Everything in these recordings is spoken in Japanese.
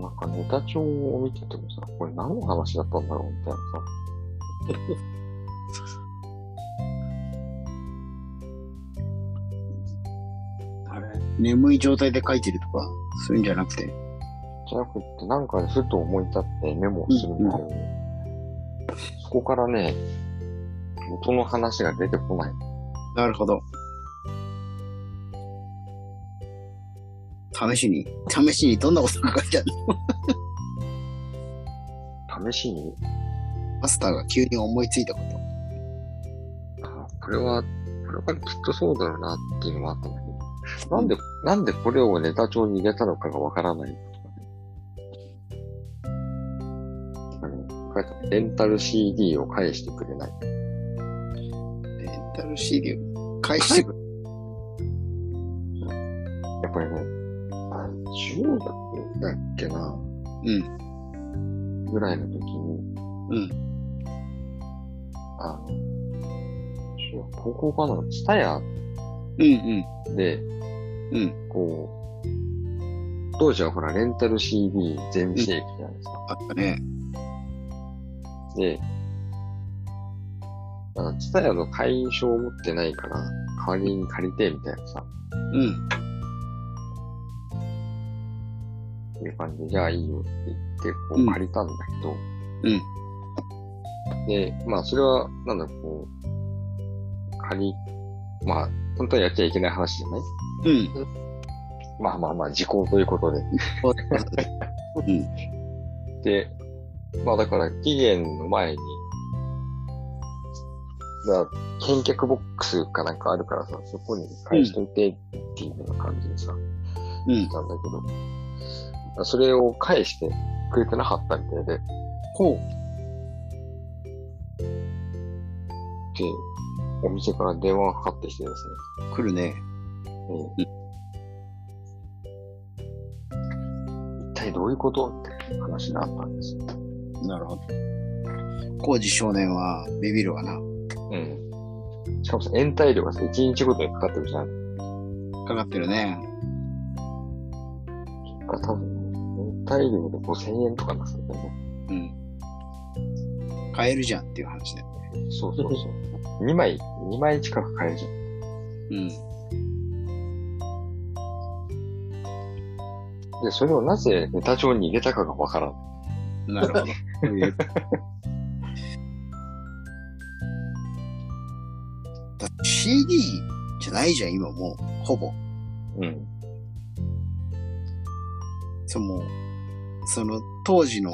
なんかネタ帳を見ててもさ、これ何の話だったんだろうみたいなさ。 あれ、眠い状態で書いてるとか、そういうんじゃなくて。 じゃなくって、なんかふと思い立ってメモをするんだけど、そこからね、元の話が出てこない。 なるほど。試しにどんなことが書いてあるの？ 試しに、 マスターが急に思いついたここれはきっとそうだろうなっていうのもあったんだけど、なんでこれをネタ帳に入れたのかがわからないとかね。書いてあるレンタル CD を返してくれない。 と。レンタル CD を返してくる。 やっぱりね、中学だっけな、ぐらいの時に、高校かな、ツタヤで、こう、当時はほら、レンタル CD 全盛期じゃないですか。 あったね。 で、ツタヤの会員証を持ってないから、代わりに借りて、みたいなさ、いう感じで、じゃあいいよって言って、こう借りたんだけど、で、まあ、それは、こう、まあ、本当はやっちゃいけない話じゃない？まあ、時効ということで。で、まあだから期限の前に、返却ボックスかなんかあるからさ、そこに返しといてっていうような感じでさ、したんだけど、それを返してくれてなかったみたいで、で、お店から電話がかかってきてですね。来るね。 一体どういうことって話があったんです。 なるほど。浩二少年はビビるわな。 しかもさ、延滞料がさ、1日ごとにかかってるじゃん。 かかってるね。 結果多分、延滞料で5000円とかなすんだよね。 買えるじゃんっていう話だよね。 そう。2枚近く買えるじゃん。で、それをなぜネタ帳に入れたかがわからん。 なるほど。だって CD じゃないじゃん、今もう、ほぼ。その当時の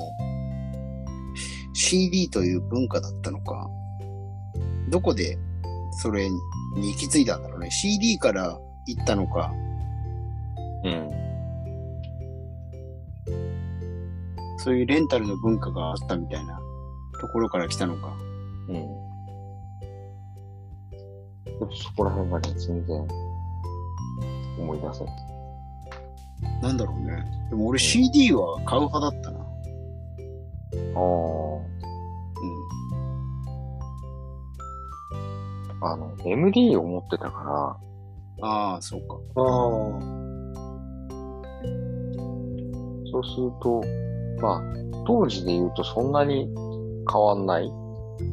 CD という文化だったのか、どこでそれに行き着いたんだろうね。CD から行ったのか。そういうレンタルの文化があったみたいなところから来たのか。 そこら辺がね、全然思い出せない。 なんだろうね。でも俺 CD は買う派だったな。 MD を持ってたから。そうか。 そうすると、まあ、当時で言うとそんなに変わんない。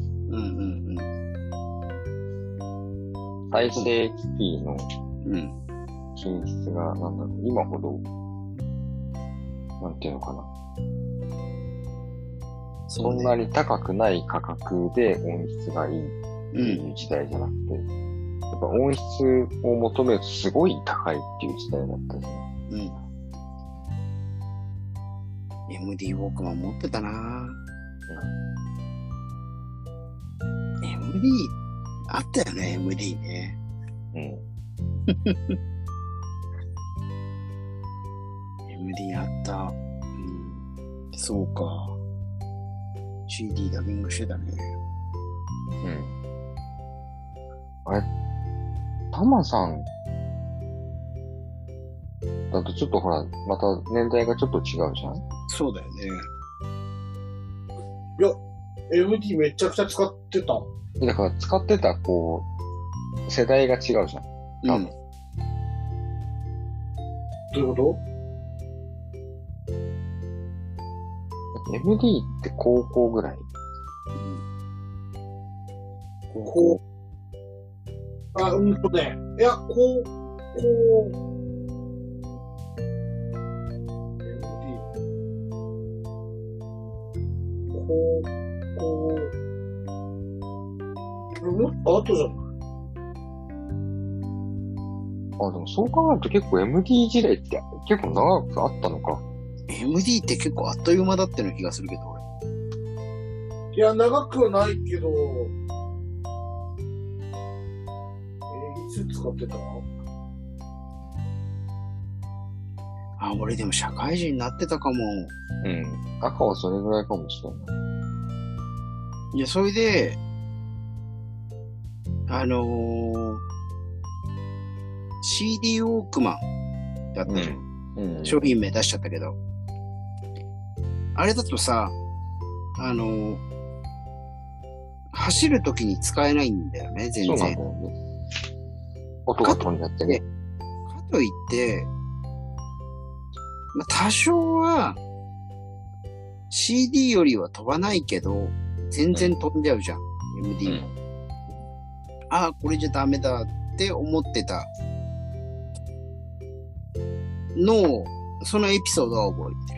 再生機器の品質が、今ほど、なんていうのかな。そんなに高くない価格で音質がいいっていう時代じゃなくて、やっぱ音質を求めるとすごい高いっていう時代だったじゃん。 MD ウォークマン持ってたなMD あったよね、MD ね。MD あった。そうか。CD ダビングしてたね。 あれ、タマさんだとちょっとほら、また年代がちょっと違うじゃん？ そうだよね。 いや、MD めちゃくちゃ使ってた。 だから使ってた、世代が違うじゃん。多分。 どういうこ MD って高校ぐらい？ こう。いや、MD。もっと後じゃない？ でもそう考えると結構 MD 時代って結構長くあったのか。 MD って結構あっという間だったような気がするけど、俺。 いや、長くはないけど、いつ使ってた？ 俺でも社会人になってたかも。 うん。赤はそれぐらいかもしれない。 いや、それで、CD ウォークマンだったじゃん。商品名出しちゃったけど。あれだとさ、走るときに使えないんだよね、全然。 そうなんだよね。音が飛んじゃってね。かといって、多少は CD よりは飛ばないけど、全然飛んじゃうじゃん、MD も。これじゃダメだって思ってたのを、そのエピソードは覚え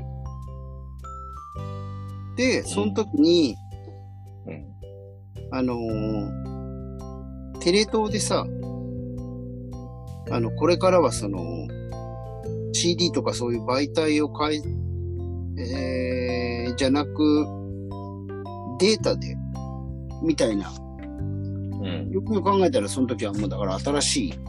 てる。で、その時に、テレ東でさ、これからはその、CD とかそういう媒体をじゃなく、データで、みたいな。よく考えたら、その時はもうだから新しい、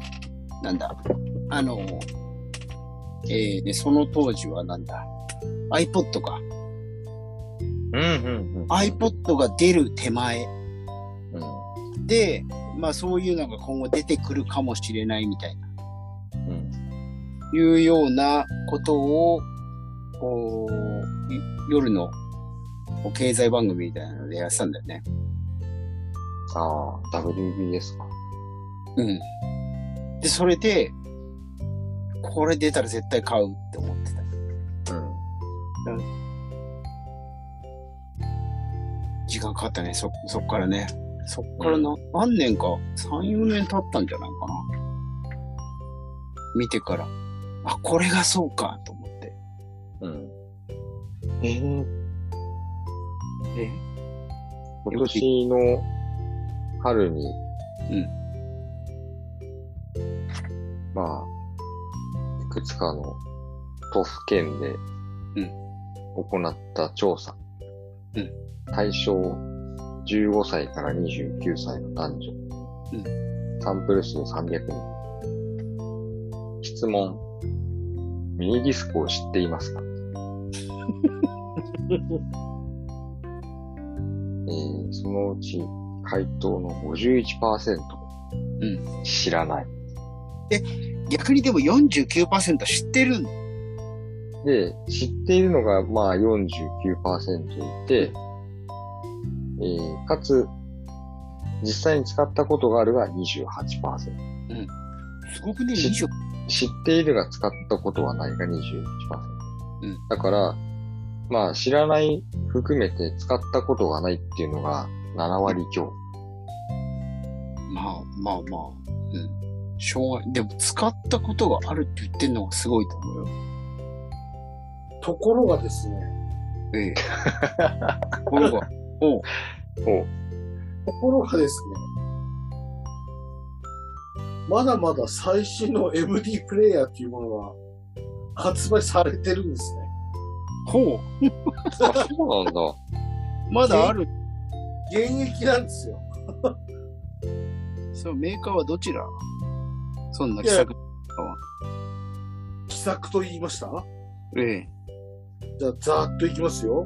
その当時はiPod か。iPod が出る手前。で、そういうのが今後出てくるかもしれないみたいな。いうようなことを、夜の経済番組みたいなのでやってたんだよね。 WBS か。 で、それで、これ出たら絶対買うって思ってた。時間かかったね、そっからね。そっから何年か、3、4年経ったんじゃないかな。見てから。これがそうか、と思って。 今年の春に、いくつかの都府県で行った調査。対象15歳から29歳の男女。サンプル数300人。質問。ミニディスクを知っていますか？そのうち回答の 51%、知らない。 逆にでも 49% 知ってるんで、知っているのが49% いて、かつ、実際に使ったことがあるが 28%。 すごくね、 知っているが使ったことはないが 21%。だから、知らない含めて使ったことがないっていうのが7割強。 しょうがない。でも使ったことがあるって言ってんのがすごいと思うよ。 ところがですね。 ところが。 ところがですね。まだまだ最新の MD プレイヤーっていうものが発売されてるんですね。 そうなんだ。 まだある。 現役なんですよ。 そう、メーカーはどちら？そんな気さくは。 気さくと言いました？ じゃあ、ざーっといきますよ。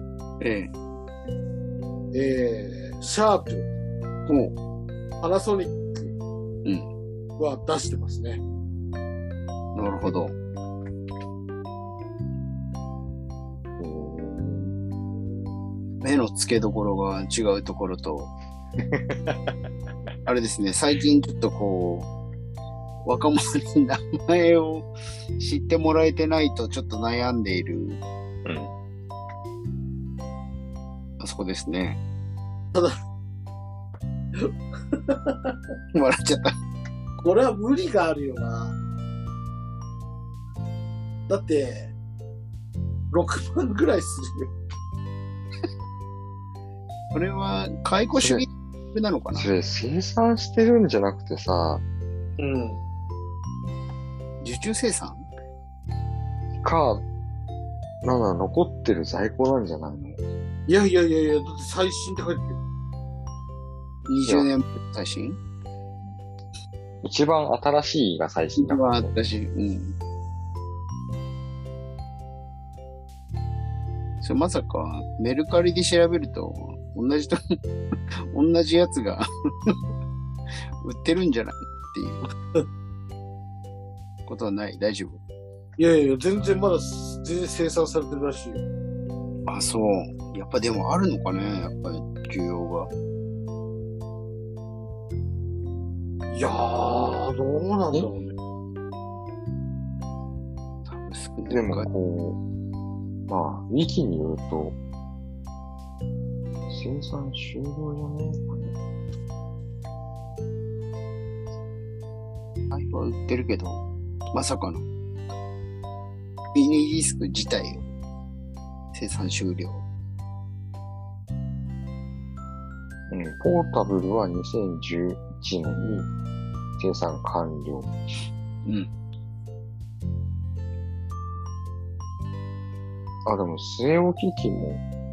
シャープ。パナソニック。は出してますね。 なるほど。目の付けどころが違うところと、あれですね、最近ちょっと若者に名前を知ってもらえてないとちょっと悩んでいるあそこですね。 ただ、 笑っちゃった。 これは無理があるよな。だって、6万ぐらいするよ。 これは、解雇主義なのかな？ それ生産してるんじゃなくてさ、 うん。 受注生産か、残ってる在庫なんじゃないの？ いや、だって最新って書いてるよ。 20年最新？ 一番新しいが最新だからね。 私、うん。それまさか、メルカリで調べると、同じやつが売ってるんじゃないっていうことはない？大丈夫？ いや、全然まだ、全然生産されてるらしいよ。 あ、そう。やっぱでもあるのかね、やっぱり需要が。 いやー、どうなんだろうね。 でも、こう、まあ、ウィキによると、生産終了じゃないかね。 財布は売ってるけど、まさかの、ミニディスク自体を生産終了。 うん、ポータブルは2011年に生産完了。 うん。 あ、でも、据え置き機も、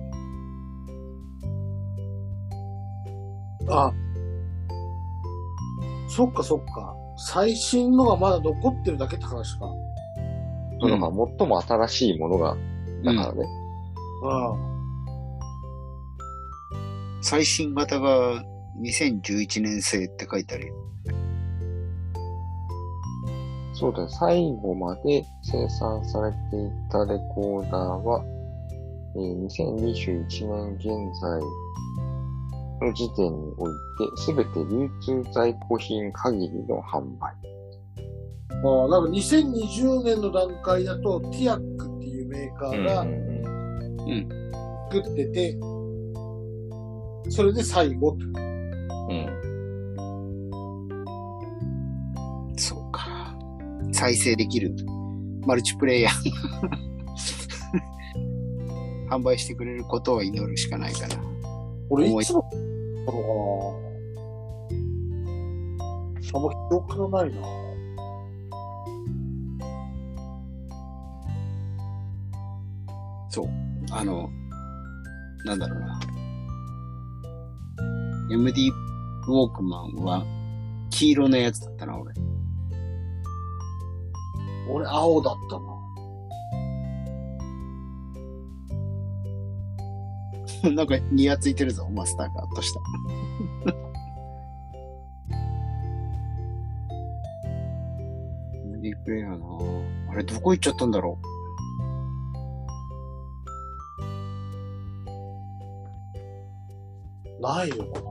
あ、そっか。最新のがまだ残ってるだけって話か。 それが最も新しいものが、だからね。 最新型が2011年製って書いてあるよ。 そうだよ。最後まで生産されていたレコーダーは、2021年現在の時点において、すべて流通在庫品限りの販売。 なんか2020年の段階だと、ティアックっていうメーカーが作ってて、それで最後。 そうか。再生できるマルチプレイヤー販売してくれることを祈るしかないかな。 俺いつもあんま記憶がないな。 そう。なんだろうな。MD ウォークマンは黄色のやつだったな、 俺青だったな。 なんかニヤついてるぞ、マスターがとした。MD プレイヤーなあれどこ行っちゃったんだろう。ないのかな。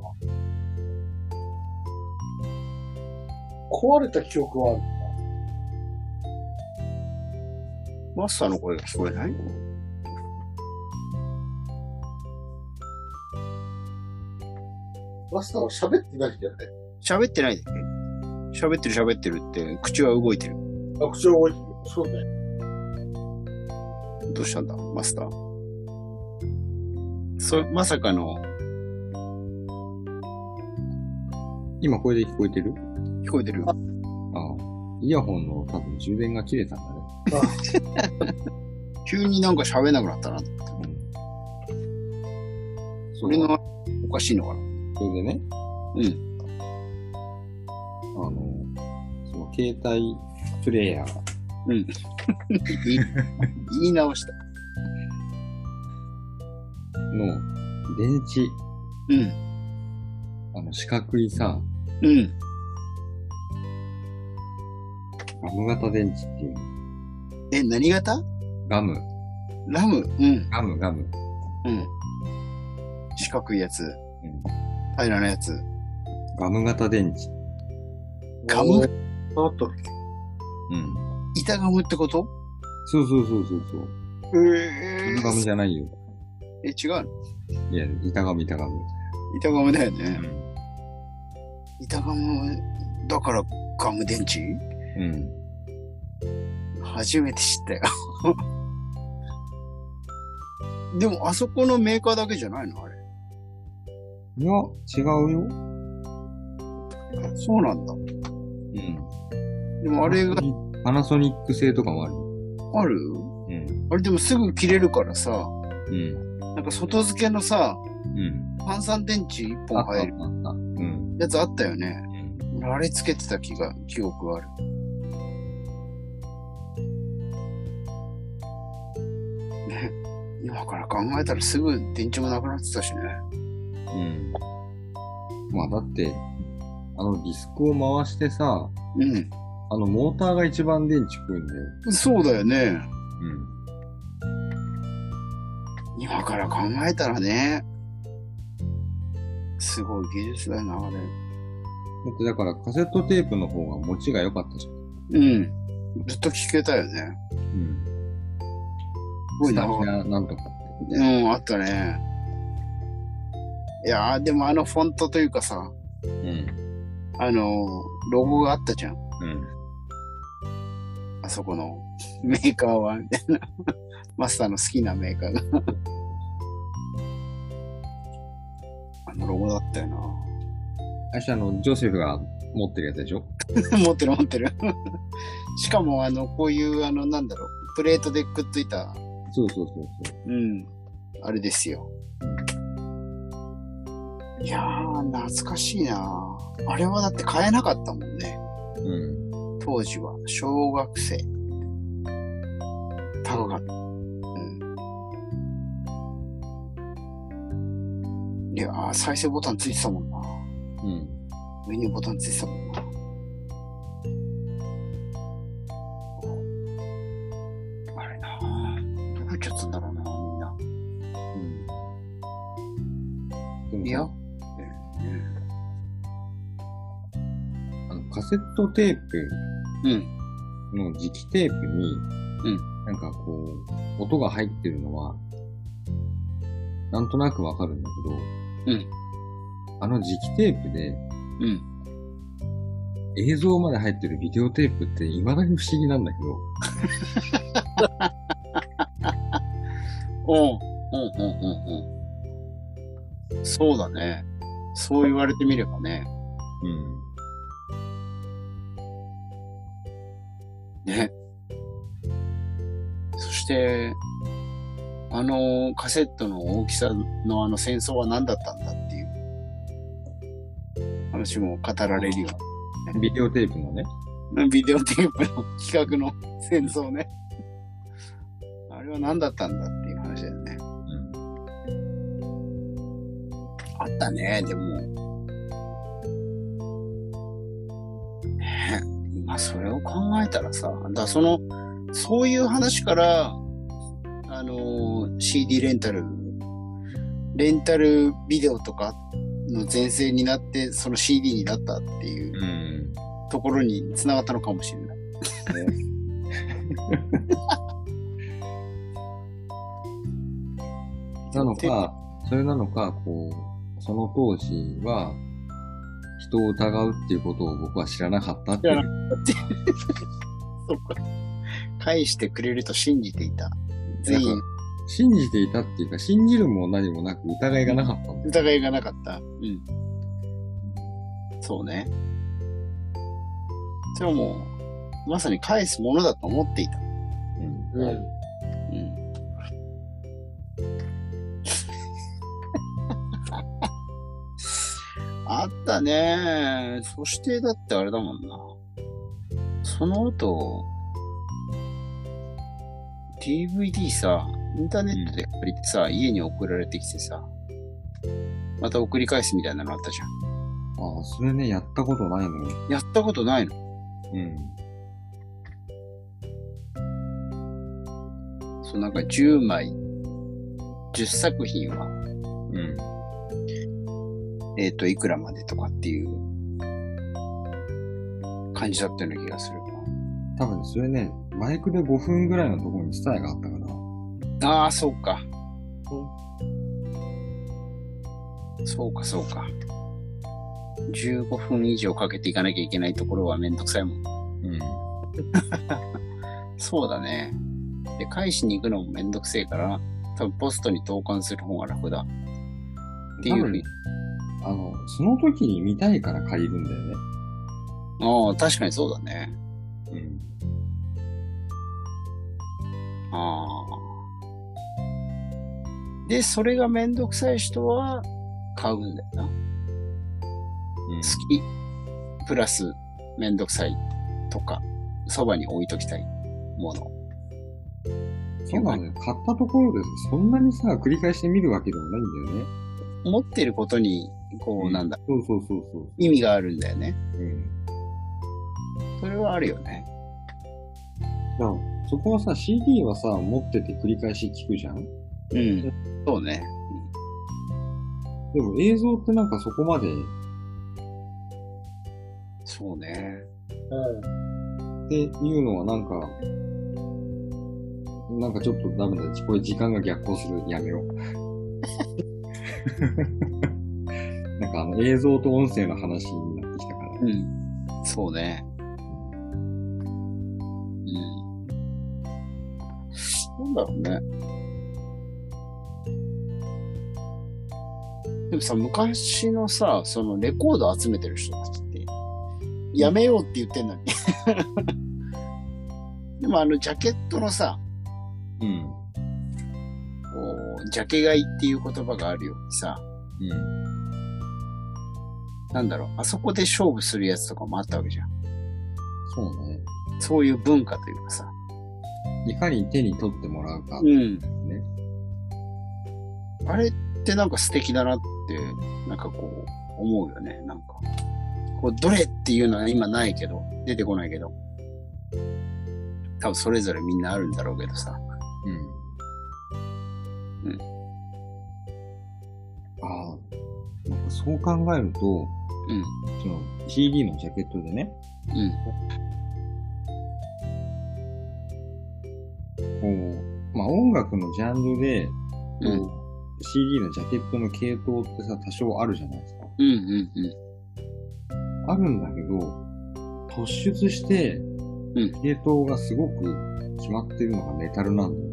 壊れた記憶はあるな。 マスターの声が聞こえない？ マスターは喋ってないんじゃない？ 喋ってないで。喋ってるって、口は動いてる。 あ、口は動いてる。そうね。 どうしたんだ、マスター。まさかの。 今これで聞こえてる？ 聞こえてるよ。 ああ。イヤホンの多分充電が切れたんだね。 急になんか喋んなくなったな。それのおかしいのかな。 それでね。その携帯プレイヤー。 言い直した。 の電池。四角いさ。ガム型電池っていうの。 何型？ ガム。 ラム。 ガム。 四角いやつ。平らなやつ。 ガム型電池。 ガム？ あったっけ？ 板ガムってこと？ そう。ガムじゃないよ。 違うの？ いや、板ガム。 板ガムだよね。板ガムだからガム電池？ うん。 初めて知ったよ。でも、あそこのメーカーだけじゃないのあれ。 いや、違うよ。 そうなんだ。 うん。 でもあれが。 パナソニック製とかもある。 ある？ うん。 あれでもすぐ切れるからさ。 うん。 なんか外付けのさ、 うん。 炭酸電池1本入るやつあったよね。うん。あれつけてた記憶がある。ね。今から考えたらすぐ電池もなくなってたしね。 うん。まあだって、ディスクを回してさ、 うん。 モーターが一番電池食うんだよ。 そうだよね。 うん。 今から考えたらね、すごい技術だよな、あれ。 だからカセットテープの方が持ちが良かったじゃん。 うん。ずっと聞けたよね。 うん。 すごいな。 なんとか。 うん、あったね。いやー、でもフォントというかさ、 うん。 ロゴがあったじゃん。 うん。 あそこのメーカーは、みたいな。マスターの好きなメーカーが。ロゴだったよな。 ジョセフが持ってるやつでしょ？ 持ってる。しかも、こういう、プレートでくっついた。 そう。 うん。あれですよ。いやー、懐かしいな。あれはだって買えなかったもんね。 うん。 当時は、小学生。高かった。いやー、再生ボタンついてたもんな。 うん。 メニューボタンついてたもんな。あれなぁ。どこ行っちゃったんだろうな、みんな。 うん。 いや。 カセットテープの磁気テープに、なんかこう、音が入ってるのは、なんとなくわかるんだけど、磁気テープで、映像まで入ってるビデオテープって未だに不思議なんだけど。 そうだね。そう言われてみればね。ね。そして、カセットの大きさの戦争は何だったんだっていう話も語られるよ。 ビデオテープのね。 ビデオテープの企画の戦争ね。あれは何だったんだっていう話だよね。あったね、でも。ね、今それを考えたらさ、そういう話から、CD レンタルビデオとかの前世になって、その CD になったっていうところに繋がったのかもしれない。 なのか、それなのか、こう、その当時は、人を疑うっていうことを僕は知らなかったっていう。 そっか。返してくれると信じていた。全員。 信じていたっていうか、信じるも何もなく疑いがなかったんだ。 疑いがなかった。そうね。それはもう、まさに返すものだと思っていた。あったね。そしてだってあれだもんな。その後、DVD さ、インターネットで借りてさ、家に送られてきてさ、また送り返すみたいなのあったじゃん。 ああ、それね、やったことないのよ。 やったことないの？そう、なんか10枚、10作品は、いくらまでとかっていう感じだったような気がする。 多分それね、マイクで5分ぐらいのところにスタイがあったから。 ああ、そうか。 そうか、そうか。15分以上かけていかなきゃいけないところはめんどくさいもん。 うん。 そうだね。で、返しに行くのもめんどくせえから、多分ポストに投函する方が楽だ。っていうふうに。 その時に見たいから借りるんだよね。 ああ、確かにそうだね。 うん。 ああ。で、それがめんどくさい人は買うんだよな。 うん、 好き、プラスめんどくさいとか、そばに置いときたいもの。 そうだね。買ったところでそんなにさ、繰り返して見るわけでもないんだよね。 持ってることに、こう、なんだ。 そうそう。 意味があるんだよね。 うん。 それはあるよね。 そこはさ、CD はさ、持ってて繰り返し聞くじゃん？ うん。そうね。 でも映像ってなんかそこまで。 そうね。 っていうのはなんかちょっとダメだ。これ時間が逆行する。やめよう。なんか映像と音声の話になってきたから。 うん。そうね。なんだろうね。でもさ、昔のさ、そのレコード集めてる人たちって、やめようって言ってんのに。でもジャケットのさ、 うん。 こう、ジャケ買いっていう言葉があるようにさ、 うん。 なんだろう、あそこで勝負するやつとかもあったわけじゃん。 そうね。 そういう文化というかさ。 いかに手に取ってもらうか、 うん。 ね。 あれってなんか素敵だなって、なんかこう、思うよね。なんか。こう、どれっていうのは今ないけど、出てこないけど。多分それぞれみんなあるんだろうけどさ。 うん。ああ、なんかそう考えると、その CD のジャケットでね、こう、まあ音楽のジャンルで、CD のジャケットの系統ってさ、多少あるじゃないですか。あるんだけど、突出して、系統がすごく決まってるのがメタルなんだよ。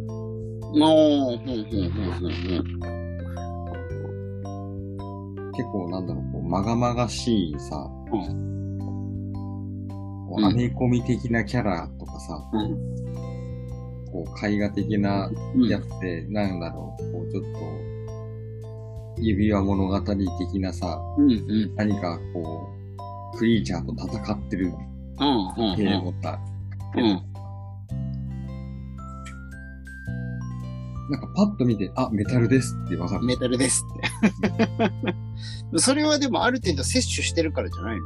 結構なんだろう、こう、まがまがしいさ、アメコミ的なキャラとかさ、こう、絵画的なやつで、なんだろう、こう、ちょっと、指輪物語的なさ、何かこう、クリーチャーと戦ってる系のさ、なんかパッと見て、あ、メタルですってわかる。 メタルですって。それはでもある程度摂取してるからじゃないの？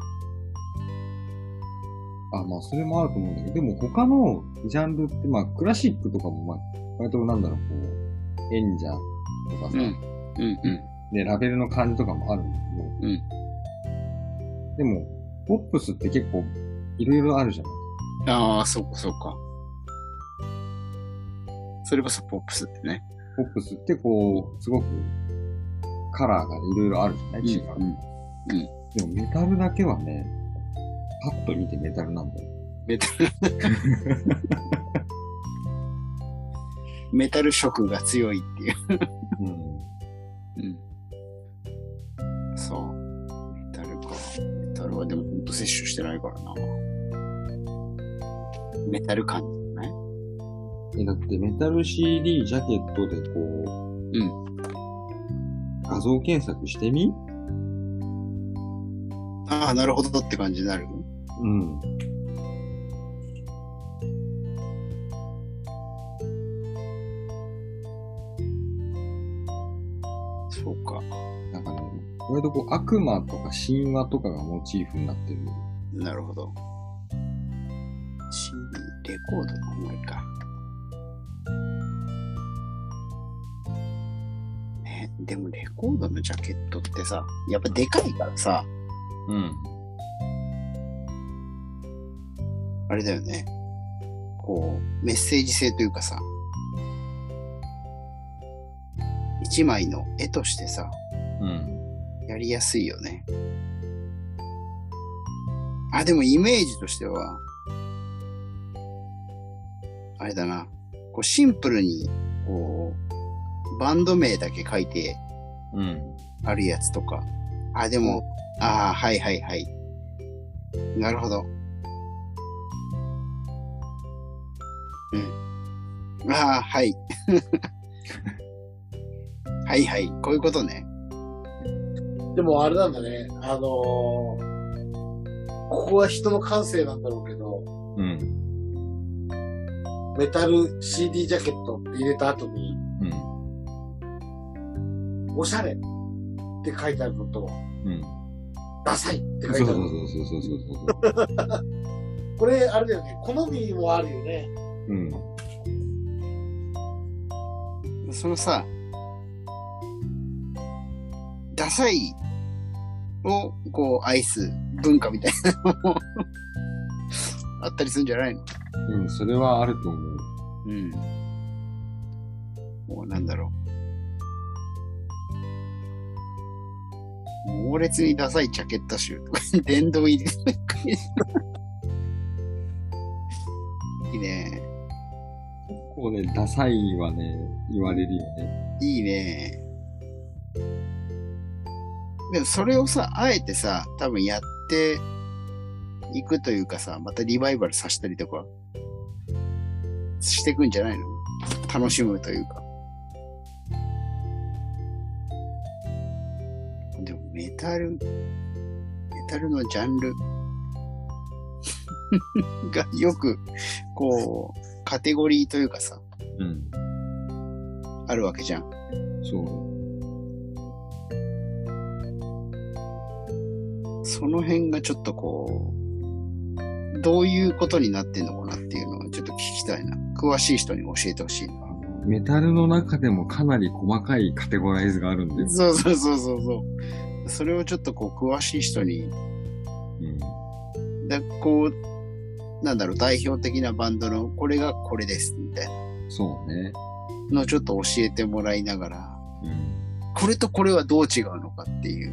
まあ、それもあると思うんだけど、でも他のジャンルって、まあ、クラシックとかも、まあ、割となんだろう、こう、演者とかさ、で、ラベルの感じとかもあるんだけど、でも、ポップスって結構、いろいろあるじゃない。 ああ、そうか、そうか。それこそポップスってね。 ポップスってこう、すごく、カラーがいろいろあるじゃない？違う。でもメタルだけはね、パッと見てメタルなんだよ。 メタルメタル色が強いっていう。そう。メタルか。メタルはでもほんと摂取してないからな。メタル感じゃない？ だってメタル CD ジャケットでこう、画像検索してみ？ ああ、なるほどって感じになる。そうか。 なんかね、割とこう悪魔とか神話とかがモチーフになってる。 なるほど。CD、レコードの方がいいか。ね、でもレコードのジャケットってさ、やっぱでかいからさ、あれだよね。こう、メッセージ性というかさ、一枚の絵としてさ、 やりやすいよね。あ、でもイメージとしては、あれだな。こうシンプルに、こう、バンド名だけ書いて、あるやつとか。あ、でも、はいはいはい。なるほど。はい。はいはい。こういうことね。 でもあれなんだね。ここは人の感性なんだろうけど、メタル CD ジャケットって入れた後に、おしゃれって書いてあるのと、ダサいって書いてあるの。そう。これ、あれだよね。好みもあるよね。 そのさ、ダサいをこう愛す文化みたいなのもあったりするんじゃないの？ それはあると思う。 もうなんだろう。猛烈にダサいジャケット集とか、殿堂入り。いいね。 結構ね、ダサいはね、言われるよね。 いいね。でもそれをさ、あえてさ、多分やっていくというかさ、またリバイバルさせたりとかしていくんじゃないの？楽しむというか。でもメタルのジャンルがよくこうカテゴリーというかさ、あるわけじゃん。 そう。 その辺がちょっとこう、どういうことになってんのかなっていうのをちょっと聞きたいな。詳しい人に教えてほしいな。 メタルの中でもかなり細かいカテゴライズがあるんで。 そう。それをちょっとこう、詳しい人に、こう、なんだろう、代表的なバンドのこれがこれです、みたいな。 そうね。 のちょっと教えてもらいながら、これとこれはどう違うのかっていう、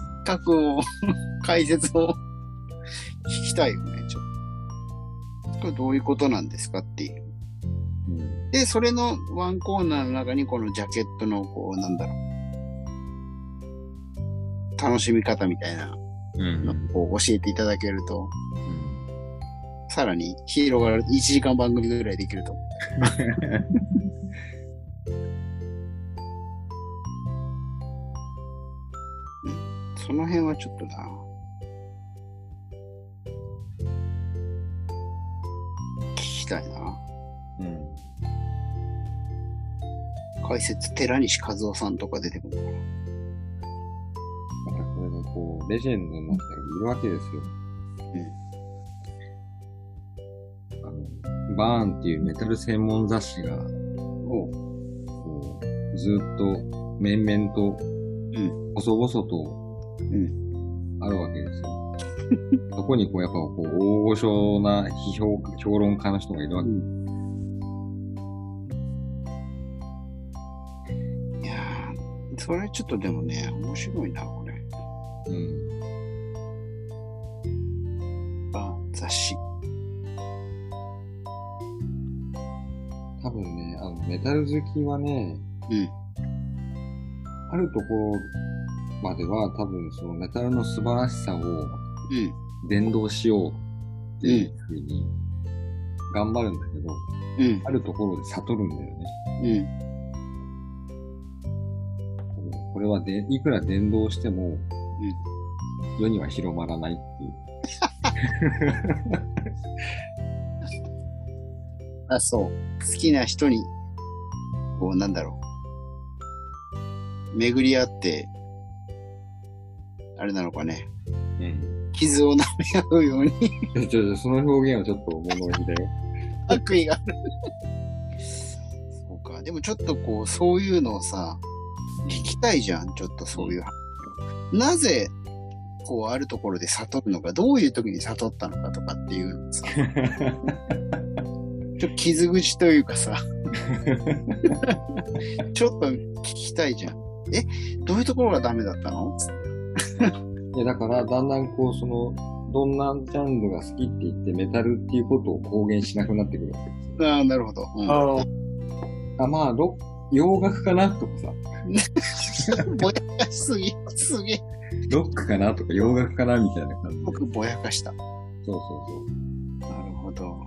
解説を聞きたいよね、ちょっと。これどういうことなんですかっていう。で、それのワンコーナーの中にこのジャケットの、こう、なんだろう、楽しみ方みたいなのを教えていただけると、さらに広がる1時間番組ぐらいできると。その辺はちょっとな。聞きたいな。解説、寺西和夫さんとか出てくるのかな。 またこれがこう、レジェンドになっているわけですよ。バーンっていうメタル専門雑誌が、こうずっと面々と、細々と、あるわけですよ。そこにこうやっぱこう大御所な評論家の人がいるわけです。 いやー、それちょっとでもね、面白いな、これ。雑誌。 多分ね、メタル好きはね、あるところまでは多分そのメタルの素晴らしさを伝道しようっていうふうに頑張るんだけど、あるところで悟るんだよね。これはいくら伝道しても、世には広まらないっていう。 そう。好きな人に、こうなんだろう。巡り合って、あれなのかね。傷を舐め合うように。 その表現はちょっと物言いだよ。 悪意がある。そうか。でもちょっとこう、そういうのをさ、聞きたいじゃん。ちょっとそういう。なぜ、こう、あるところで悟るのか、どういう時に悟ったのかとかっていうのさ。ちょっと傷口というかさ。ちょっと聞きたいじゃん。どういうところがダメだったの？つって。 いや、だから、だんだんこう、どんなジャンルが好きって言って、メタルっていうことを公言しなくなってくるわけですよ。 ああ、なるほど。 まあ、洋楽かなとかさ。 ぼやかしすぎ。すげえ。 ロックかなとか、洋楽かなみたいな感じで。 僕ぼやかした。 そう。 なるほど。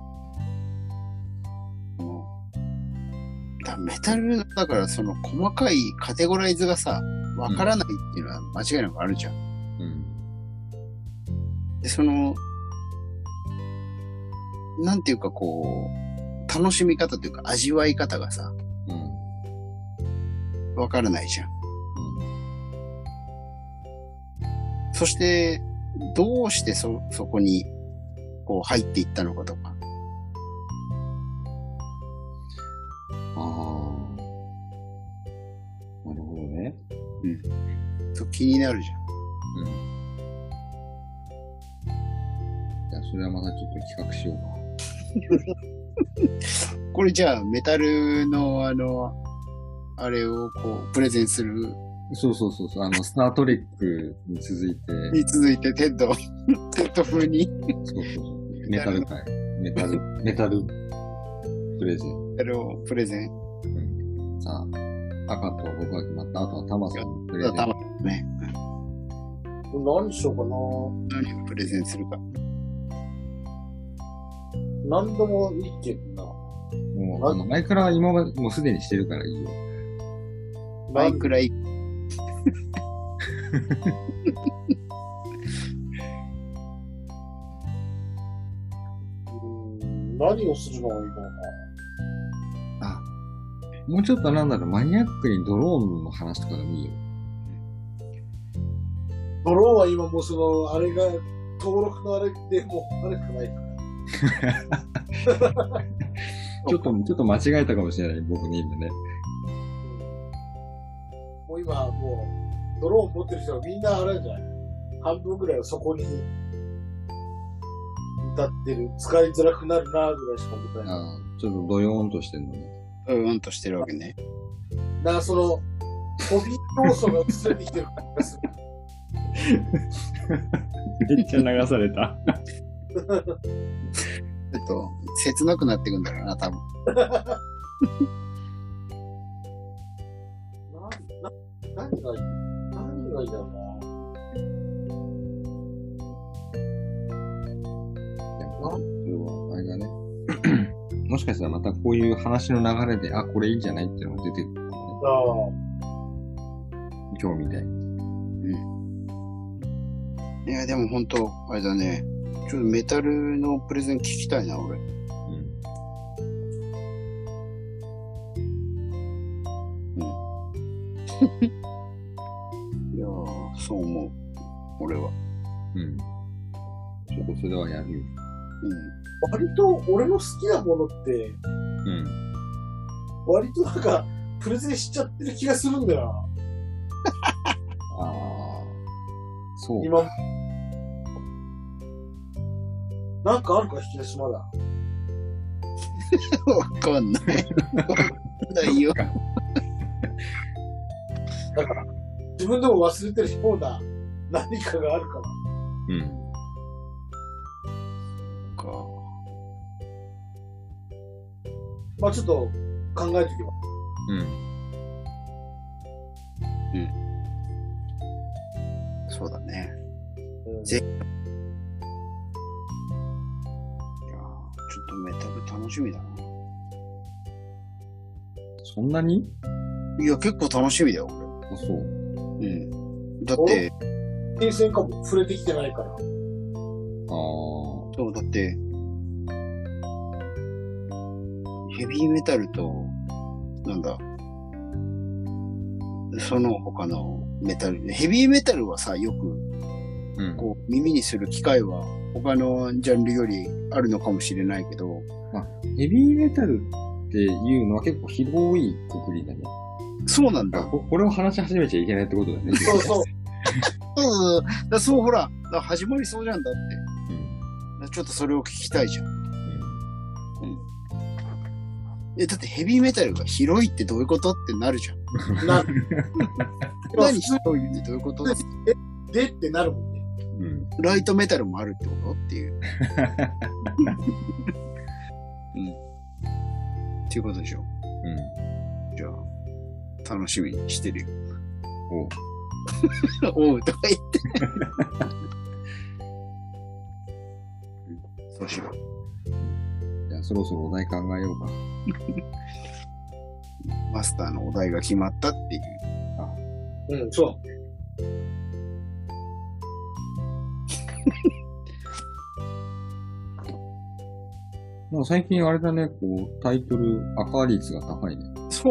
メタルだから細かいカテゴライズがさ、わからないっていうのは間違いなくあるじゃん。で、なんていうか楽しみ方というか味わい方がさ、わからないじゃん。そして、どうしてそこに入っていったのかとか。 なるほどね。 そう気になるじゃん。 じゃあ、それはまたちょっと企画しようか。 これじゃあ、メタルのあれをプレゼンする。 そう。スタートレックに続いて。 テッド風に。 そう。メタル界。メタルプレゼン。 プレゼン。 さあ、赤と僕が決まった。あとはタマさんのプレゼン。 タマね。 何しようかな。 何をプレゼンするか。 何でもいいけどな。 もう、マイクラは今までもうすでにしてるからいいよ。 マイクラいい。 何をするのがいいかな。もうちょっとマニアックにドローンの話とかでもいいよ。 ドローンは今もうあれが、登録のあれでもうあれしかないから。 ちょっと間違えたかもしれない、僕ね、今ね。 もう今、ドローン持ってる人はみんなあれじゃない？半分ぐらいはそこに歌ってる。使いづらくなるなぐらいしか思ってない。 ちょっとドヨーンとしてんのね。 ドヨーンとしてるわけね。 だからホビー要素が薄れてきてる感じがする。 めっちゃ流された。 切なくなっていくんだろうな、多分。 何がいいだろうな。 あれだね。もしかしたらまたこういう話の流れで、これいいんじゃないっていうのが出てくるかもね。今日みたいに。 いや、でも本当あれだね。ちょっとメタルのプレゼン聞きたいな、俺。いやー、そう思う。俺は。 ちょっとそれはやるよ。 割と俺の好きなものって、割とプレゼンしちゃってる気がするんだよな。 そう。 今、なんかあるか引き出しまだ。 わかんない。ないよ。 だから、自分でも忘れてるような何かがあるから。まあちょっと考えておけば。 そうだね。いやー、ちょっとメタル楽しみだな。 そんなに？ いや、結構楽しみだよ、俺。 そう。 だって、 新鮮かも触れてきてないから。 そう、だって、ヘビーメタルと、その他のメタル、ヘビーメタルはさ、よく、耳にする機会は他のジャンルよりあるのかもしれないけど、 ヘビーメタルっていうのは結構広いくくりだね。 そうなんだ。 これを話し始めちゃいけないってことだね。 そう。 そう、ほら、始まりそうじゃんだって。ちょっとそれを聞きたいじゃん。だってヘビーメタルが広いってどういうことってなるじゃん。何広いってどういうこと？ でってなるもんね。 うん。ライトメタルもあるってことっていう。うん。っていうことでしょ。うん。じゃあ、楽しみにしてるよ。おう。おうとか言って。そうしよう。 じゃあ、そろそろお題考えようか。 マスターのお題が決まったっていう。あ、 うん、そう。 もう最近あれだね、こう、タイトル、赤率が高いね。 そう。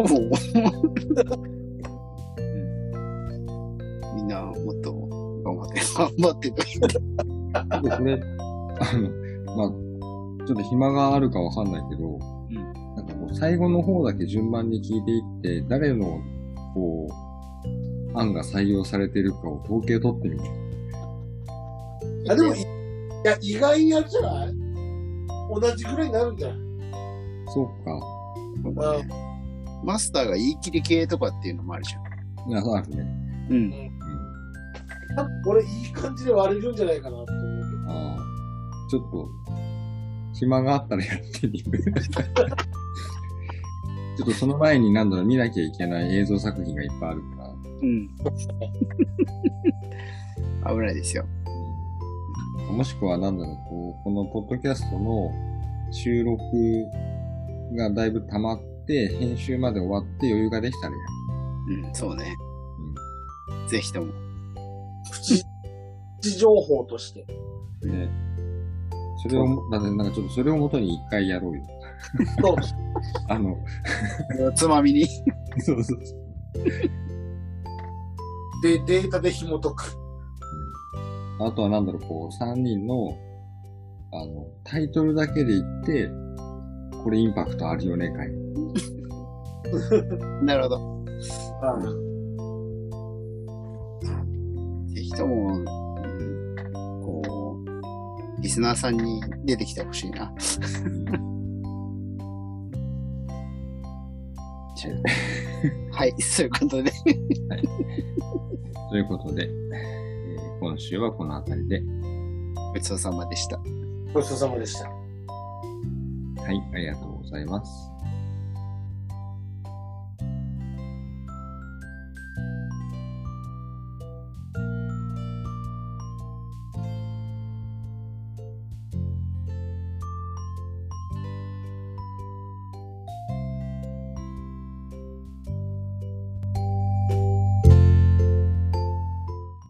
みんな、もっと、頑張ってと言って。 これ、まあ、ちょっと暇があるかわかんないけど、なんかこう、最後の方だけ順番に聞いていって、誰の、こう、案が採用されているかを統計取ってみる。 でも、いや、意外にあるじゃない？同じぐらいになるんじゃない？ そうか。 マスターが言い切り系とかっていうのもあるじゃん。 いや、そうあるね。 うん。 多分俺、いい感じで割れるんじゃないかなと思うけど。 ああ。ちょっと、暇があったらやってみる。ちょっとその前に見なきゃいけない映像作品がいっぱいあるから。 うん。危ないですよ。 もしくはこのポッドキャストの収録がだいぶ溜まって、編集まで終わって余裕ができたらやる。うん、そうね。うん。ぜひとも。 プチ情報として。 ね。それを、ちょっとそれをもとに一回やろうよ。 そう。 つまみに。 そうそう。 で、データで紐解く。 あとはこう、3人の、タイトルだけで言って、これインパクトあるよね、かい。 なるほど。ぜひとも、こう、リスナーさんに出てきてほしいな。はい、そういうことで。 はい。ということで、今週はこの辺りで。 ごちそうさまでした。 ごちそうさまでした。 はい、ありがとうございます。